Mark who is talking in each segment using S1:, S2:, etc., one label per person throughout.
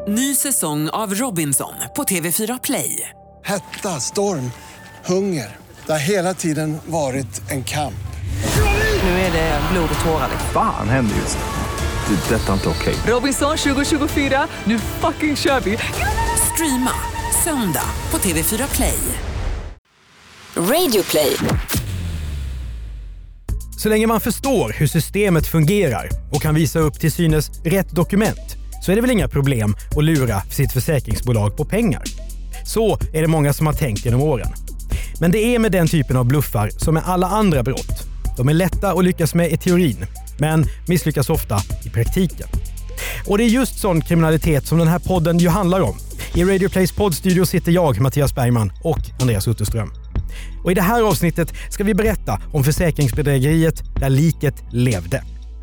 S1: Ny säsong av Robinson på TV4 Play.
S2: Hetta, storm, hunger. Det har hela tiden varit en kamp.
S1: Nu är det blod och tårar.
S3: Fan händer just nu. Det. Detta är inte okej.
S1: Robinson 2024, nu fucking kör vi. Streama söndag på TV4 Play.
S4: Radio Play.
S5: Så länge man förstår hur systemet fungerar och kan visa upp till synes rätt dokument så är det väl inga problem att lura sitt försäkringsbolag på pengar. Så är det många som har tänkt genom åren. Men det är med den typen av bluffar som med alla andra brott. De är lätta att lyckas med i teorin, men misslyckas ofta i praktiken. Och det är just sån kriminalitet som den här podden ju handlar om. I Radio Plays poddstudio sitter jag, Mattias Bergman, och Andreas Utterström. Och i det här avsnittet ska vi berätta om försäkringsbedrägeriet där liket levde.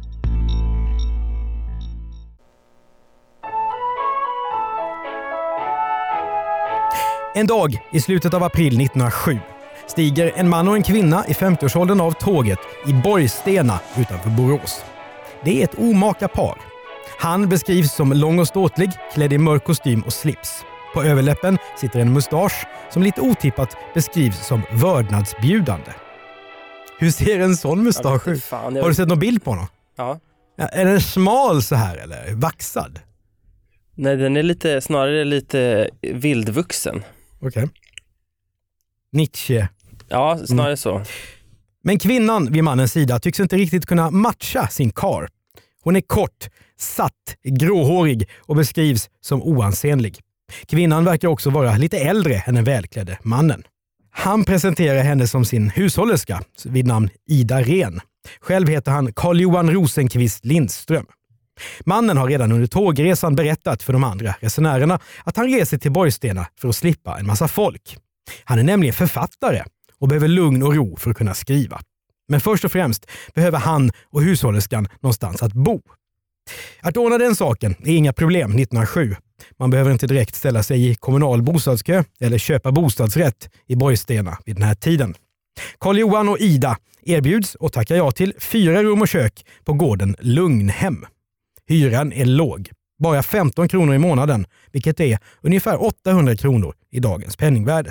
S5: En dag i slutet av april 1907 stiger en man och en kvinna i 50-årsåldern av tåget i Borgstena utanför Borås. Det är ett omaka par. Han beskrivs som lång och ståtlig, klädd i mörk kostym och slips. På överläppen sitter en mustasch som lite otippat beskrivs som vördnadsbjudande. Hur ser en sån mustasch ut? Har du sett någon bild på honom?
S6: Ja.
S5: Är den smal så här eller vaxad?
S6: Nej, den är snarare lite vildvuxen.
S5: Okej. Nietzsche.
S6: Ja, snarare så.
S5: Men kvinnan vid mannens sida tycks inte riktigt kunna matcha sin karl. Hon är kort, satt, gråhårig och beskrivs som oansenlig. Kvinnan verkar också vara lite äldre än den välklädde mannen. Han presenterar henne som sin hushållerska vid namn Ida Ren. Själv heter han Carl-Johan Rosenqvist Lindström. Mannen har redan under tågresan berättat för de andra resenärerna att han reser till Borgstena för att slippa en massa folk. Han är nämligen författare och behöver lugn och ro för att kunna skriva. Men först och främst behöver han och hushållerskan någonstans att bo. Att ordna den saken är inga problem 1907. Man behöver inte direkt ställa sig i kommunal bostadskö eller köpa bostadsrätt i Borgstena vid den här tiden. Carl-Johan och Ida erbjuds och tackar ja till 4 rum och kök på gården Lugnhem. Hyran är låg, bara 15 kronor i månaden, vilket är ungefär 800 kronor i dagens penningvärde.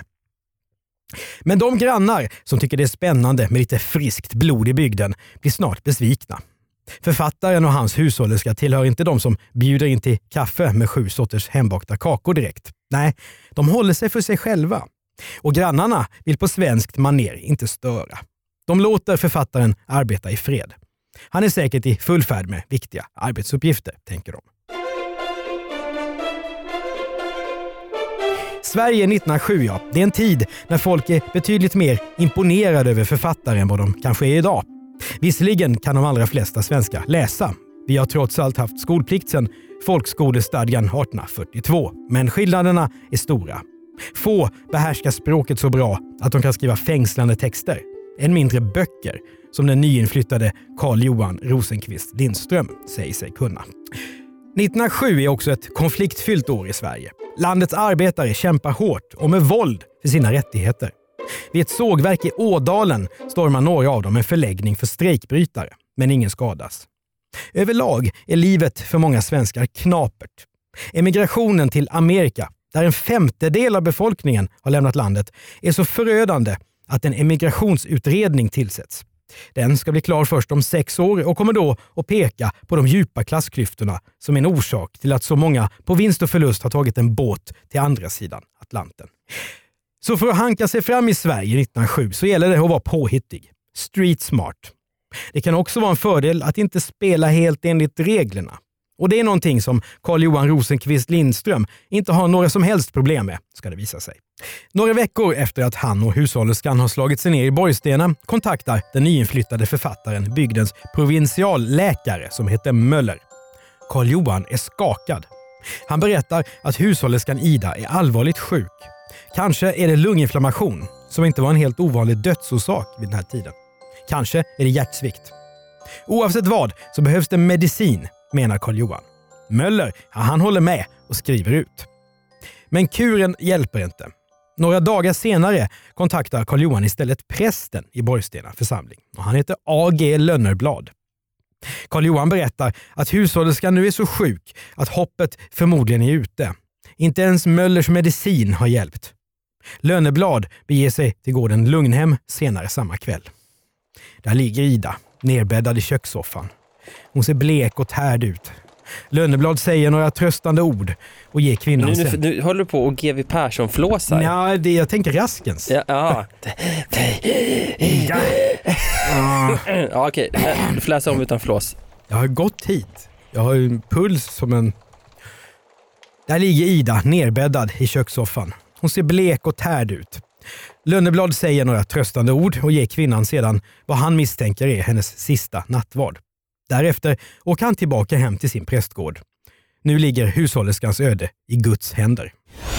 S5: Men de grannar som tycker det är spännande med lite friskt blod i bygden blir snart besvikna. Författaren och hans hushållerska tillhör inte de som bjuder in till kaffe med 7 sorters hembakta kakor direkt. Nej, de håller sig för sig själva. Och grannarna vill på svenskt maner inte störa. De låter författaren arbeta i fred. Han är säkert i full färd med viktiga arbetsuppgifter, tänker de. Sverige 1907, ja, det är en tid när folk är betydligt mer imponerade över författare än vad de kanske är idag. Visserligen kan de allra flesta svenskar läsa. Vi har trots allt haft skolplikt sedan folkskolestadgan 1842, men skillnaderna är stora. Få behärskar språket så bra att de kan skriva fängslande texter. Än mindre böcker, som den nyinflyttade Carl-Johan Rosenqvist Lindström säger sig kunna. 1907 är också ett konfliktfyllt år i Sverige. Landets arbetare kämpar hårt och med våld för sina rättigheter. Vid ett sågverk i Ådalen stormar några av dem en förläggning för strejkbrytare, men ingen skadas. Överlag är livet för många svenskar knapert. Emigrationen till Amerika, där 1/5 av befolkningen har lämnat landet, är så förödande att en emigrationsutredning tillsätts. Den ska bli klar först om 6 år och kommer då att peka på de djupa klassklyftorna som är en orsak till att så många på vinst och förlust har tagit en båt till andra sidan Atlanten. Så för att hanka sig fram i Sverige 1907 så gäller det att vara påhittig. Street smart. Det kan också vara en fördel att inte spela helt enligt reglerna. Och det är någonting som Carl-Johan Rosenqvist Lindström inte har några som helst problem med, ska det visa sig. Några veckor efter att han och hushållerskan har slagit sig ner i Borgstena kontaktar den nyinflyttade författaren bygdens provinsialläkare som heter Möller. Carl-Johan är skakad. Han berättar att hushållerskan Ida är allvarligt sjuk. Kanske är det lunginflammation, som inte var en helt ovanlig dödsorsak vid den här tiden. Kanske är det hjärtsvikt. Oavsett vad så behövs det medicin, menar Carl-Johan. Möller, han håller med och skriver ut. Men kuren hjälper inte. Några dagar senare kontaktar Carl-Johan istället prästen i Borgstena församling. Och han heter A.G. Lönnerblad. Karl-Johan berättar att hushållerskan nu är så sjuk att hoppet förmodligen är ute. Inte ens Möllers medicin har hjälpt. Löneblad beger sig till gården Lugnhem senare samma kväll. Där ligger Ida, nerbäddad i kökssoffan. Hon ser blek och tärd ut. Löneblad säger några tröstande ord och ger kvinnan
S6: Nu håller du på och GW Persson-flåsar.
S5: Ja, jag tänker Raskens.
S6: Ja.
S5: Ida.
S6: Ja, okej. Du får läsa om utan flås.
S5: Jag har gått hit. Jag har en puls som en... Där ligger Ida, nerbäddad i kökssoffan. Hon ser blek och tärd ut. Löneblad säger några tröstande ord och ger kvinnan sedan vad han misstänker är hennes sista nattvard. Därefter åker han tillbaka hem till sin prästgård. Nu ligger hushållerskans öde i Guds händer.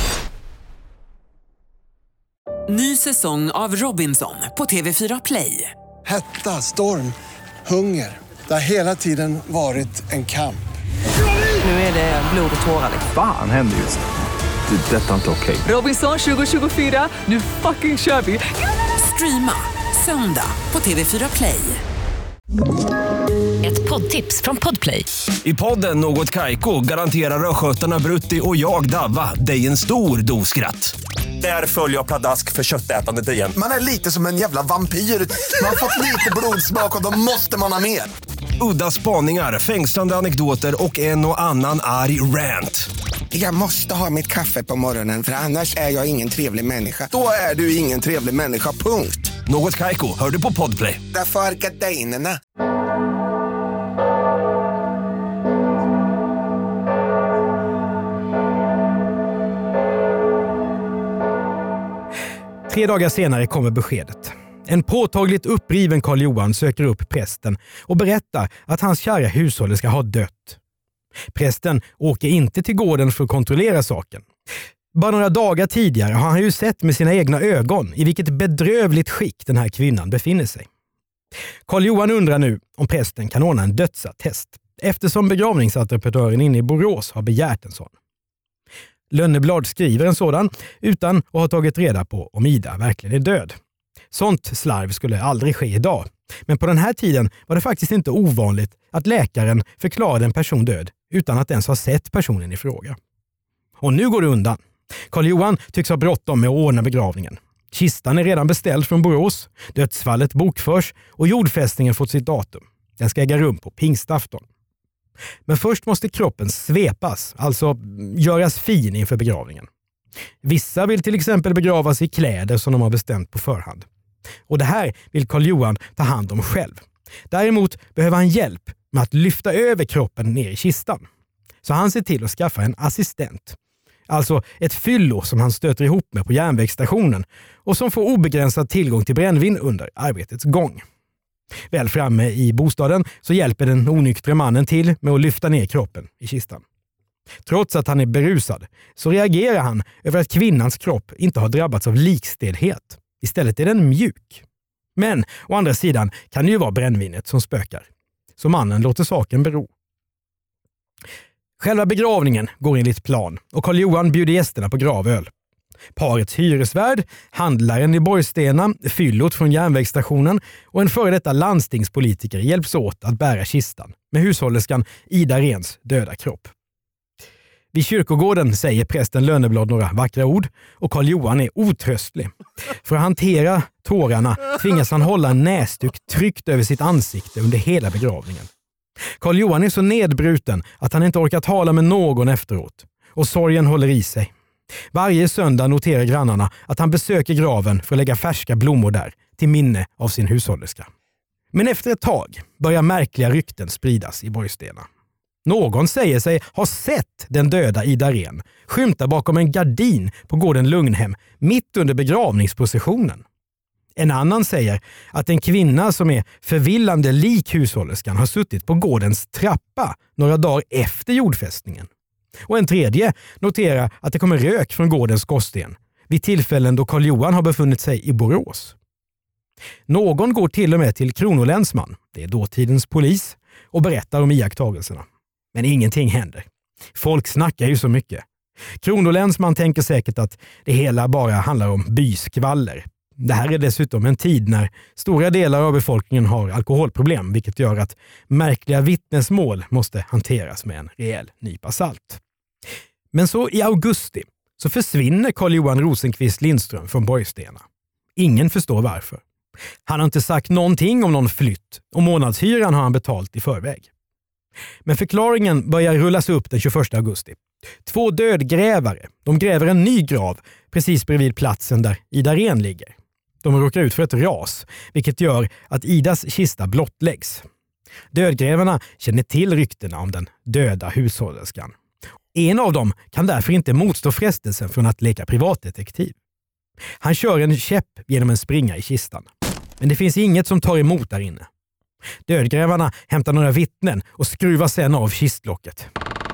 S1: Ny säsong av Robinson på TV4 Play.
S2: Hetta, storm, hunger. Det har hela tiden varit en kamp.
S1: Nu är det blod och tårar.
S3: Fan händer just det. Det är detta inte okej.
S1: Robinson 2024, nu fucking kör vi. Streama söndag på TV4 Play.
S4: Ett poddtips från Podplay.
S7: I podden Något Kaiko garanterar röskötarna Brutti och jag Davva dig en stor doskratt. Där följer jag pladask för köttätandet igen.
S8: Man är lite som en jävla vampyr. Man har fått lite blodsmak och då måste man ha mer.
S7: Udda spaningar, fängslande anekdoter och en och annan arg rant.
S8: Jag måste ha mitt kaffe på morgonen för annars är jag ingen trevlig människa. Då är du ingen trevlig människa, punkt.
S7: Något Kaiko, hör du på Podplay.
S8: Därför är gardinerna.
S5: Tre dagar senare kommer beskedet. En påtagligt uppriven Karl-Johan söker upp prästen och berättar att hans kära hushållerska har dött. Prästen åker inte till gården för att kontrollera saken. Bara några dagar tidigare har han ju sett med sina egna ögon i vilket bedrövligt skick den här kvinnan befinner sig. Karl-Johan undrar nu om prästen kan ordna en dödsattest eftersom begravningsentreprenören inne i Borås har begärt en sån. Lönneblad skriver en sådan utan att ha tagit reda på om Ida verkligen är död. Sånt slarv skulle aldrig ske idag. Men på den här tiden var det faktiskt inte ovanligt att läkaren förklarade en person död utan att ens ha sett personen i fråga. Och nu går det undan. Karl-Johan tycks ha bråttom med att ordna begravningen. Kistan är redan beställd från Borås, dödsfallet bokförs och jordfästningen fått sitt datum. Den ska äga rum på pingstafton. Men först måste kroppen svepas, alltså göras fin inför begravningen. Vissa vill till exempel begravas i kläder som de har bestämt på förhand. Och det här vill Karl-Johan ta hand om själv. Däremot behöver han hjälp med att lyfta över kroppen ner i kistan. Så han ser till att skaffa en assistent. Alltså ett fyllo som han stöter ihop med på järnvägsstationen och som får obegränsad tillgång till brännvin under arbetets gång. Väl framme i bostaden så hjälper den onyktre mannen till med att lyfta ner kroppen i kistan. Trots att han är berusad så reagerar han över att kvinnans kropp inte har drabbats av likstelhet. Istället är den mjuk. Men å andra sidan kan det ju vara brännvinet som spökar. Så mannen låter saken bero. Själva begravningen går enligt plan och Karl-Johan bjuder gästerna på gravöl. Parets hyresvärd, handlaren i Borgstena, fyllot från järnvägsstationen och en före detta landstingspolitiker hjälps åt att bära kistan med hushållerskan Ida Rens döda kropp. Vid kyrkogården säger prästen Löneblad några vackra ord och Karl-Johan är otröstlig. För att hantera tårarna tvingas han hålla en näsduk tryckt över sitt ansikte under hela begravningen. Karl-Johan är så nedbruten att han inte orkar tala med någon efteråt och sorgen håller i sig. Varje söndag noterar grannarna att han besöker graven för att lägga färska blommor där till minne av sin hushållerska. Men efter ett tag börjar märkliga rykten spridas i Borgstena. Någon säger sig ha sett den döda Ida Ren skymta bakom en gardin på gården Lugnhem mitt under begravningsprocessionen. En annan säger att en kvinna som är förvillande lik hushållerskan har suttit på gårdens trappa några dagar efter jordfästningen. Och en tredje noterar att det kommer rök från gårdens skorsten vid tillfällen då Karl-Johan har befunnit sig i Borås. Någon går till och med till kronolänsman, det är dåtidens polis, och berättar om iakttagelserna. Men ingenting händer. Folk snackar ju så mycket. Kronolänsman tänker säkert att det hela bara handlar om byskvaller. Det här är dessutom en tid när stora delar av befolkningen har alkoholproblem, vilket gör att märkliga vittnesmål måste hanteras med en rejäl nypa salt. Men så i augusti så försvinner Carl-Johan Rosenqvist Lindström från Borgstena. Ingen förstår varför. Han har inte sagt någonting om någon flytt och månadshyran har han betalt i förväg. Men förklaringen börjar rullas upp den 21 augusti. 2 dödgrävare, de gräver en ny grav precis bredvid platsen där Ida Rehn ligger. De råkar ut för ett ras, vilket gör att Idas kista blottläggs. Dödgrävarna känner till ryktena om den döda hushållerskan. En av dem kan därför inte motstå frestelsen från att leka privatdetektiv. Han kör en käpp genom en springa i kistan. Men det finns inget som tar emot där inne. Dödgrävarna hämtar några vittnen och skruvar sedan av kistlocket.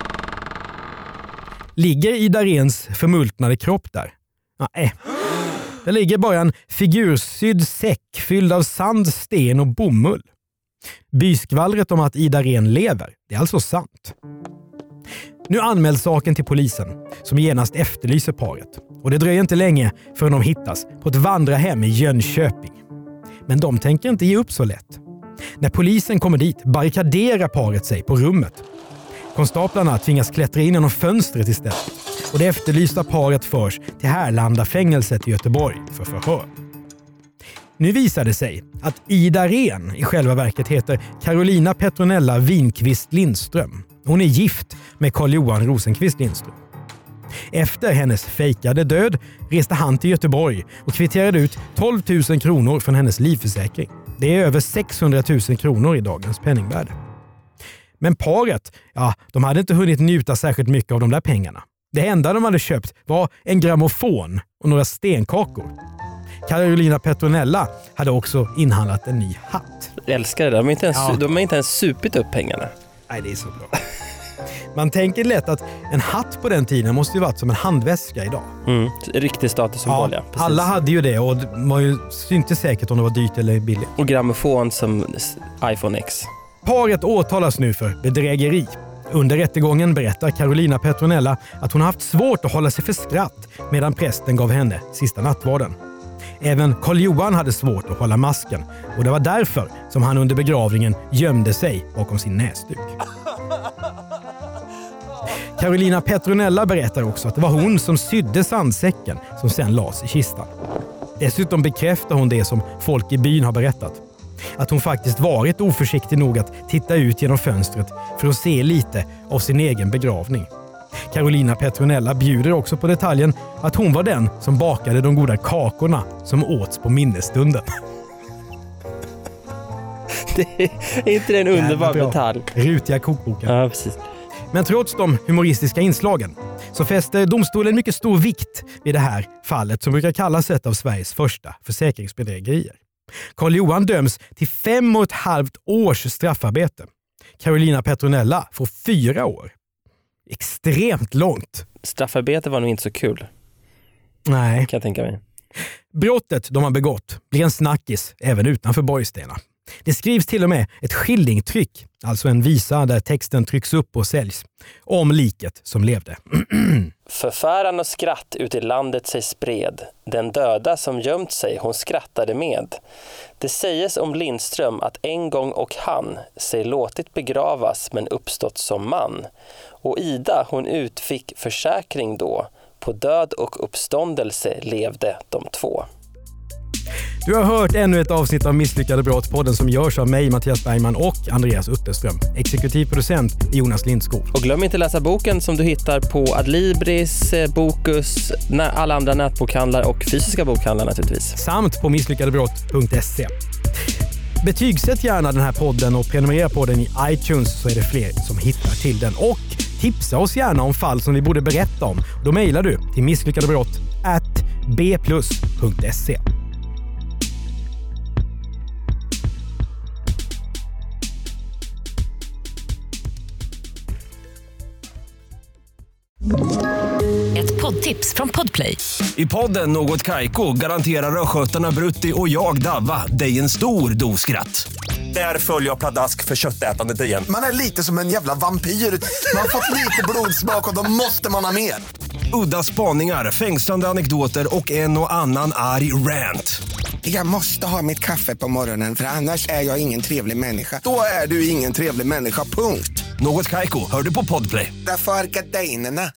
S5: Ligger Ida Rehns förmultnade kropp där? Nej. Det ligger bara en figursydd säck fylld av sand, sten och bomull. Byskvallret om att Ida Rehn lever, det är alltså sant. Nu anmäls saken till polisen som genast efterlyser paret. Och det dröjer inte länge förrän de hittas på ett vandrarhem i Jönköping. Men de tänker inte ge upp så lätt. När polisen kommer dit barrikaderar paret sig på rummet. Konstaplarna tvingas klättra in genom fönstret istället. Och det efterlysta paret förs till Härlanda-fängelset i Göteborg för förhör. Nu visar det sig att Ida Rehn i själva verket heter Carolina Petronella Winqvist Lindström. Hon är gift med Carl-Johan Rosenqvist Lindström. Efter hennes fejkade död reste han till Göteborg och kvitterade ut 12 000 kronor från hennes livförsäkring. Det är över 600 000 kronor i dagens penningvärde. Men paret, de hade inte hunnit njuta särskilt mycket av de där pengarna. Det enda de hade köpt var en grammofon och några stenkakor. Carolina Petronella hade också inhandlat en ny hatt.
S6: Jag älskar det. De har inte ens supit upp pengarna.
S5: Nej, det är så bra. Man tänker lätt att en hatt på den tiden måste ju varit som en handväska idag.
S6: Riktig statussymbol, ja. Precis.
S5: Alla hade ju det och det var ju inte säkert om det var dyrt eller billigt.
S6: Och grammofon som iPhone X.
S5: Paret åtalas nu för bedrägeri. Under rättegången berättar Carolina Petronella att hon har haft svårt att hålla sig för skratt medan prästen gav henne sista nattvarden. Även Carl-Johan hade svårt att hålla masken och det var därför som han under begravningen gömde sig bakom sin näsduk. Carolina Petronella berättar också att det var hon som sydde sandsäcken som sen lades i kistan. Dessutom bekräftar hon det som folk i byn har berättat. Att hon faktiskt varit oförsiktig nog att titta ut genom fönstret för att se lite av sin egen begravning. Carolina Petronella bjuder också på detaljen att hon var den som bakade de goda kakorna som åts på minnesstunden.
S6: Är inte det en underbar detalj?
S5: Rutiga kokboken.
S6: Ja, precis.
S5: Men trots de humoristiska inslagen så fäster domstolen mycket stor vikt vid det här fallet som brukar kallas ett av Sveriges första försäkringsbedrägerier. Carl-Johan döms till 5,5 års straffarbete. Carolina Petronella får 4 år. Extremt långt.
S6: Straffarbete var nog inte så kul.
S5: Nej.
S6: Kan jag tänka mig.
S5: Brottet de har begått blir en snackis även utanför Borgstena. Det skrivs till och med ett skillingtryck, alltså en visa där texten trycks upp och säljs, om liket som levde.
S6: Förfäran och skratt ut i landet sig spred. Den döda som gömt sig, hon skrattade med. Det säges om Lindström att en gång och han sig låtit begravas men uppstått som man. Och Ida, hon utfick försäkring då. På död och uppståndelse levde de två.
S5: Du har hört ännu ett avsnitt av Misslyckade brott, podden som görs av mig, Mattias Bergman och Andreas Utterström. Exekutiv producent Jonas Lindskog.
S6: Och glöm inte läsa boken som du hittar på Adlibris, Bokus, alla andra nätbokhandlar och fysiska bokhandlar naturligtvis.
S5: Samt på misslyckadebrott.se. Betygsätt gärna den här podden och prenumerera på den i iTunes så är det fler som hittar till den. Och tipsa oss gärna om fall som vi borde berätta om. Då mejlar du till misslyckadebrott@bplus.se.
S4: Ett poddtips från Podplay.
S7: I podden Något Kaiko garanterar röskötarna Brutti och jag Davva dig en stor doskratt. Där följer jag pladask för köttätandet igen.
S8: Man är lite som en jävla vampyr. Man har fått lite blodsmak och då måste man ha mer.
S7: Udda spaningar, fängslande anekdoter och en och annan arg rant.
S8: Jag måste ha mitt kaffe på morgonen för annars är jag ingen trevlig människa. Då är du ingen trevlig människa, punkt.
S7: Något Kaiko, hör du på Podplay.
S8: Därför är gardinerna.